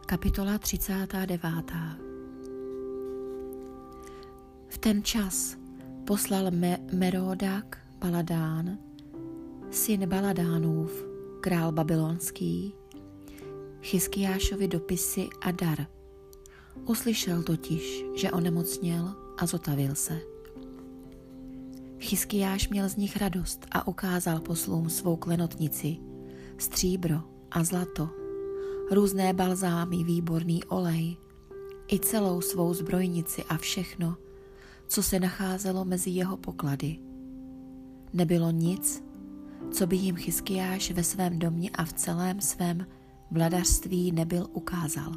Kapitola 39. V ten čas poslal Merodak Baladán, syn Baladánův, král babylonský, Chiskiášovi dopisy a dar. Uslyšel totiž, že onemocněl a zotavil se. Chiskiáš měl z nich radost a ukázal poslům svou klenotnici, stříbro a zlato, různé balzámy, výborný olej, i celou svou zbrojnici a všechno, co se nacházelo mezi jeho poklady. Nebylo nic, co by jim Chiskiáš ve svém domě a v celém svém vladařství nebyl ukázal.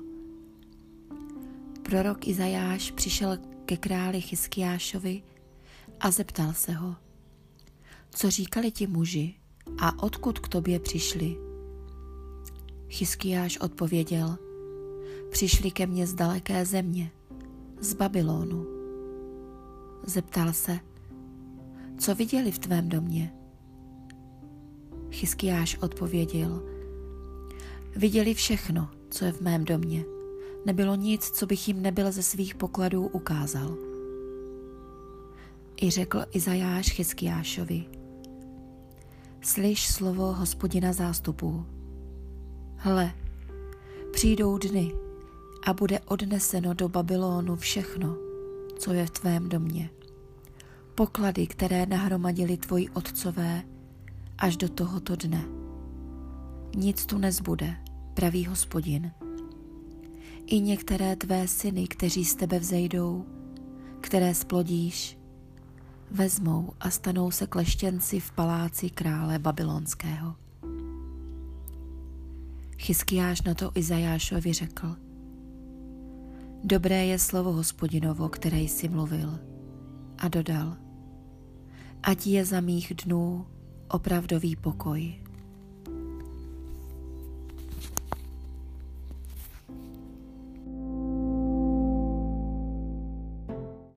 Prorok Izajáš přišel ke králi Chiskiášovi a zeptal se ho, co říkali ti muži a odkud k tobě přišli. Chiskiáš odpověděl, přišli ke mně z daleké země, z Babylonu. Zeptal se, co viděli v tvém domě. Chiskiáš odpověděl, viděli všechno, co je v mém domě. Nebylo nic, co bych jim nebyl ze svých pokladů ukázal. I řekl Izajáš Chiskiášovi, slyš slovo Hospodina zástupů. Hle, přijdou dny a bude odneseno do Babylonu všechno, co je v tvém domě. Poklady, které nahromadili tvoji otcové až do tohoto dne. Nic tu nezbude, pravý Hospodin. I některé tvé syny, kteří z tebe vzejdou, které splodíš, vezmou a stanou se kleštěnci v paláci krále babylonského. Chiskiáš na to Izajášovi řekl, dobré je slovo Hospodinovo, které jsi mluvil, a dodal, ať je za mých dnů opravdový pokoj.